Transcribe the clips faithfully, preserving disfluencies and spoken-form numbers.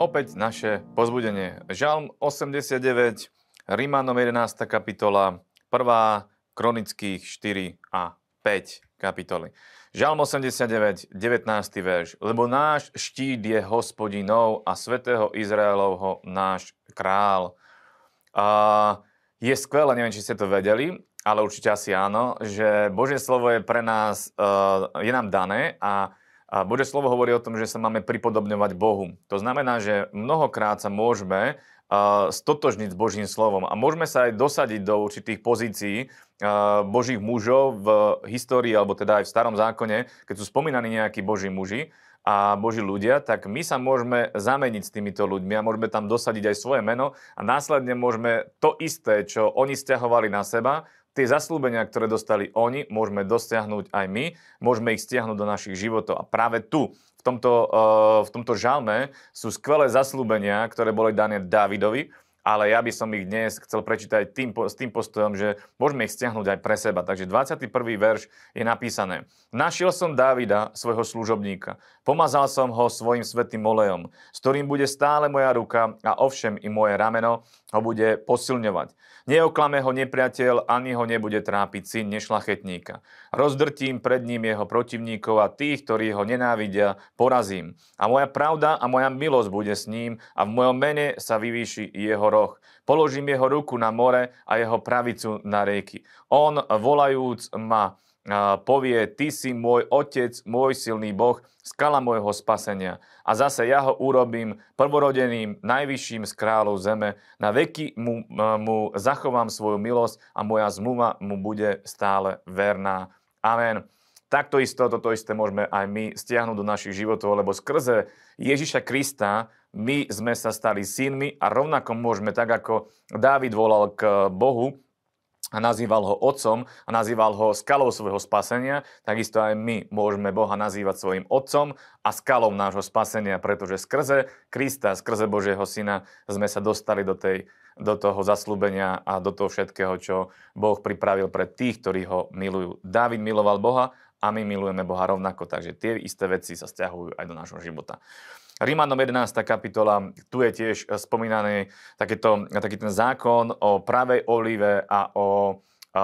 opäť naše pozbudenie. Žalm osemdesiatdeväť, Rímanom jedenásta kapitola, prvá Kronických štyri a päť kapitoly. Žalm osemdesiatdeväť, devätnásty verš. Lebo náš štít je Hospodinov a svätého Izraelovho náš král. A je skvelé, neviem, či ste to vedeli, ale určite asi áno, že Božie slovo je pre nás, je nám dané a A Božie slovo hovorí o tom, že sa máme pripodobňovať Bohu. To znamená, že mnohokrát sa môžeme uh, stotožniť s Božím slovom a môžeme sa aj dosadiť do určitých pozícií uh, Božích mužov v histórii, alebo teda aj v Starom zákone, keď sú spomínaní nejakí Boží muži a Boží ľudia, tak my sa môžeme zameniť s týmito ľuďmi a môžeme tam dosadiť aj svoje meno a následne môžeme to isté, čo oni sťahovali na seba, tie zaslúbenia, ktoré dostali oni, môžeme dosiahnuť aj my, môžeme ich stiahnuť do našich životov. A práve tu, v tomto, v tomto žalme, sú skvelé zaslúbenia, ktoré boli dané Dávidovi, ale ja by som ich dnes chcel prečítať tým, s tým postojom, že môžeme ich stiahnuť aj pre seba. Takže dvadsiaty prvý verš je napísané. Našiel som Dávida, svojho služobníka. Pomazal som ho svojim svätým olejom, s ktorým bude stále moja ruka a ovšem i moje rameno ho bude posilňovať. Neoklame ho nepriateľ, ani ho nebude trápiť syn nešlachetníka. Rozdrtím pred ním jeho protivníkov a tých, ktorí ho nenávidia, porazím. A moja pravda a moja milosť bude s ním a v mojom mene sa vyvýši jeho roh. Položím jeho ruku na more a jeho pravicu na rieky. On, volajúc ma, povie, ty si môj otec, môj silný Boh, skala môjho spasenia. A zase ja ho urobím prvorodeným, najvyšším z kráľov zeme. Na veky mu, mu zachovám svoju milosť a moja zmluva mu bude stále verná. Amen. Takto isto, toto isté môžeme aj my stiahnuť do našich životov, lebo skrze Ježiša Krista my sme sa stali synmi a rovnako môžeme, tak ako Dávid volal k Bohu, a nazýval ho otcom a nazýval ho skalou svojho spasenia, takisto aj my môžeme Boha nazývať svojim otcom a skalou nášho spasenia, pretože skrze Krista, skrze Božieho syna sme sa dostali do, tej, do toho zasľúbenia a do toho všetkého, čo Boh pripravil pre tých, ktorí ho milujú. Dávid miloval Boha a my milujeme Boha rovnako, takže tie isté veci sa sťahujú aj do nášho života. Rímanom jedenásta kapitola, tu je tiež spomínaný takéto, taký ten zákon o pravej olive a o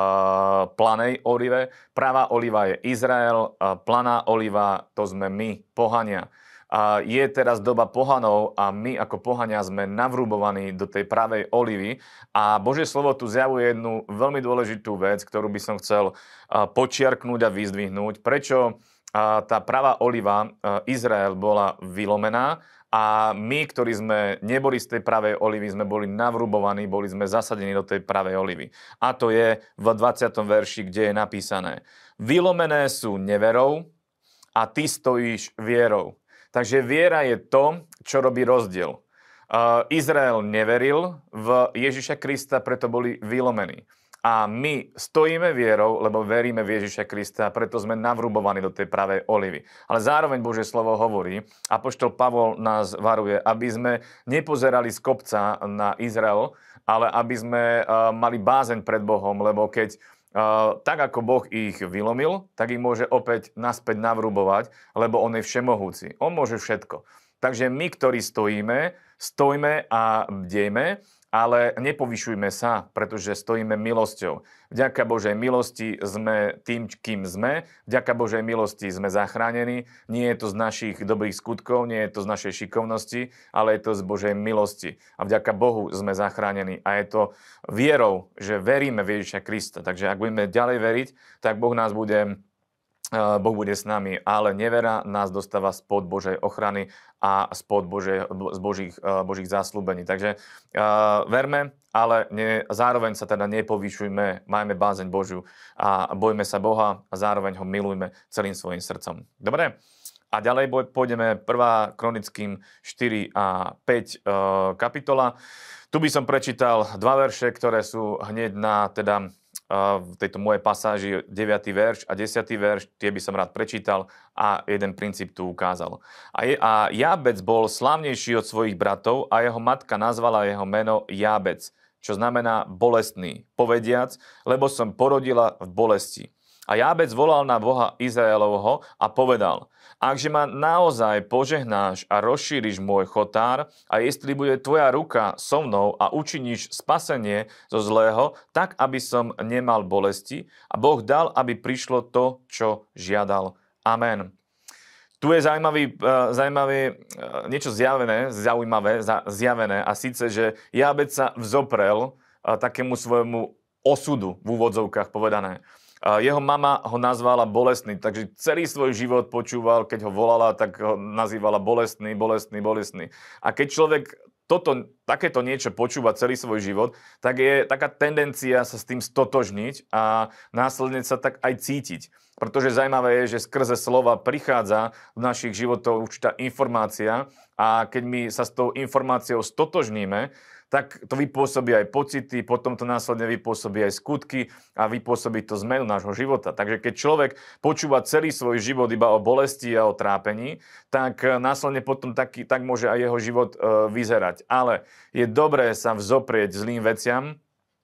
uh, planej olive. Pravá oliva je Izrael, uh, planá oliva to sme my, pohania. Uh, je teraz doba pohanov a my ako pohania sme navrúbovaní do tej pravej olivy a Božie slovo tu zjavuje jednu veľmi dôležitú vec, ktorú by som chcel uh, počiarknúť a vyzdvihnúť. Prečo a tá pravá oliva, Izrael, bola vylomená a my, ktorí sme neboli z tej pravej olivy, sme boli navrubovaní, boli sme zasadení do tej pravej olivy. A to je v dvadsiatom verši, kde je napísané: Vylomené sú neverou a ty stojíš vierou. Takže viera je to, čo robí rozdiel. Izrael neveril v Ježiša Krista, preto boli vylomení. A my stojíme vierou, lebo veríme v Ježiša Krista, a preto sme navrubovaní do tej pravej olivy. Ale zároveň Božie slovo hovorí, apoštol Pavol nás varuje, aby sme nepozerali z kopca na Izrael, ale aby sme uh, mali bázeň pred Bohom, lebo keď uh, tak ako Boh ich vylomil, tak ich môže opäť naspäť navrubovať, lebo on je všemohúci. On môže všetko. Takže my, ktorí stojíme, stojme a bdejme, ale nepovyšujme sa, pretože stojíme milosťou. Vďaka Božej milosti sme tým, kým sme. Vďaka Božej milosti sme zachránení. Nie je to z našich dobrých skutkov, nie je to z našej šikovnosti, ale je to z Božej milosti. A vďaka Bohu sme zachránení. A je to vierou, že veríme v Ježiša Krista. Takže ak budeme ďalej veriť, tak Boh nás bude... Boh bude s nami, ale nevera nás dostáva spod Božej ochrany a spod Božej, z Božích, Božích zasľúbení. Takže uh, verme, ale ne, zároveň sa teda nepovýšujme, majme bázeň Božiu a bojme sa Boha a zároveň ho milujme celým svojim srdcom. Dobre? A ďalej pôjdeme prvá Kronickým štyri a päť uh, kapitola. Tu by som prečítal dva verše, ktoré sú hneď na teda v tejto mojej pasáži deviaty verš a desiaty verš, tie by som rád prečítal a jeden princíp tu ukázal. A, je, a Jábec bol slávnejší od svojich bratov a jeho matka nazvala jeho meno Jábec, čo znamená bolestný, povediac, lebo som porodila v bolesti. A Jábec volal na Boha Izraelovho a povedal: Akže ma naozaj požehnáš a rozšíriš môj chotár a jestli bude tvoja ruka so mnou a učiníš spasenie zo zlého, tak aby som nemal bolesti, a Boh dal, aby prišlo to, čo žiadal. Amen. Tu je zaujímavý, zaujímavé niečo zjavené, zaujímavé, zjavené, a síce, že Jábec sa vzoprel takému svojmu osudu, v úvodzovkách povedané. Jeho mama ho nazvala bolestný, takže celý svoj život počúval, keď ho volala, tak ho nazývala bolestný, bolestný, bolestný. A keď človek toto, takéto niečo počúva celý svoj život, tak je taká tendencia sa s tým stotožniť a následne sa tak aj cítiť. Pretože zaujímavé je, že skrze slova prichádza v našich životoch určitá informácia, a keď my sa s tou informáciou stotožníme, tak to vypôsobí aj pocity, potom to následne vypôsobí aj skutky a vypôsobí to zmenu nášho života. Takže keď človek počúva celý svoj život iba o bolesti a o trápení, tak následne potom taký, tak môže aj jeho život e, vyzerať. Ale je dobré sa vzoprieť zlým veciam,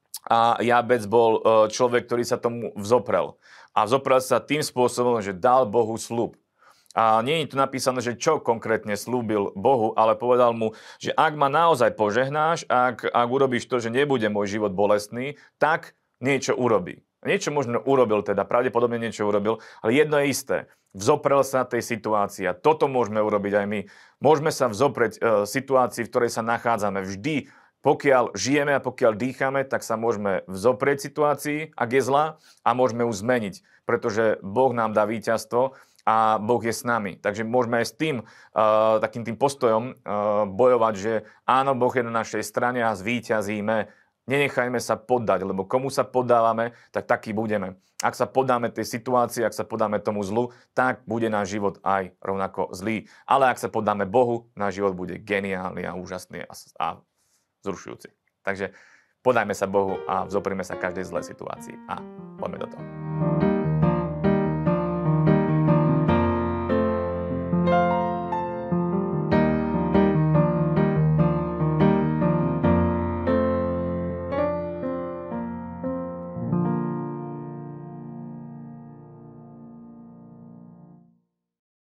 a Jábec bol e, človek, ktorý sa tomu vzoprel. A vzoprel sa tým spôsobom, že dal Bohu sľub. A nie je tu napísané, že čo konkrétne slúbil Bohu, ale povedal mu, že ak ma naozaj požehnáš, ak, ak urobíš to, že nebude môj život bolestný, tak niečo urobí. Niečo možno urobil, teda pravdepodobne niečo urobil, ale jedno je isté. Vzoprel sa tej situácii, a toto môžeme urobiť aj my. Môžeme sa vzoprieť e, situácii, v ktorej sa nachádzame. Vždy, pokiaľ žijeme a pokiaľ dýchame, tak sa môžeme vzoprieť situácii, ak je zlá, a môžeme ju zmeniť, pretože Boh nám dá víťazstvo a Boh je s nami. Takže môžeme aj s tým, uh, takým tým postojom uh, bojovať, že áno, Boh je na našej strane a zvíťazíme. Nenechajme sa poddať, lebo komu sa poddávame, tak taký budeme. Ak sa podáme tej situácii, ak sa podáme tomu zlu, tak bude náš život aj rovnako zlý. Ale ak sa podáme Bohu, náš život bude geniálny a úžasný a, a zrušujúci. Takže podajme sa Bohu a vzoprime sa každej zlej situácii a poďme do toho.